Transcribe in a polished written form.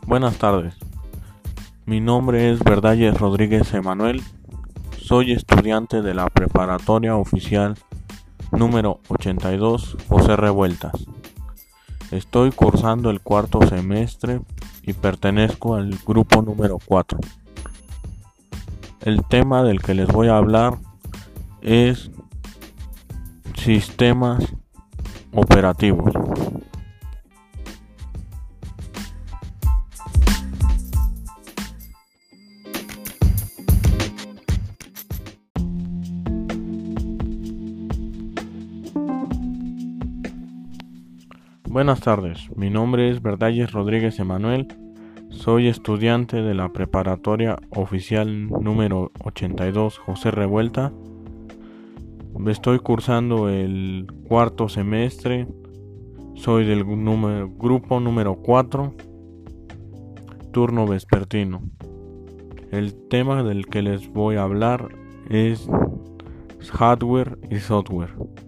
Buenas tardes, mi nombre es Verdalles Rodríguez Emanuel, soy estudiante de la Preparatoria Oficial número 82 José Revueltas. Estoy cursando el cuarto semestre y pertenezco al grupo número 4. El tema del que les voy a hablar es sistemas operativos. Buenas tardes, mi nombre es Verdalles Rodríguez Emanuel, soy estudiante de la Preparatoria Oficial número 82 José Revuelta. Estoy cursando el cuarto semestre, soy del grupo número 4, turno vespertino. El tema del que les voy a hablar es hardware y software.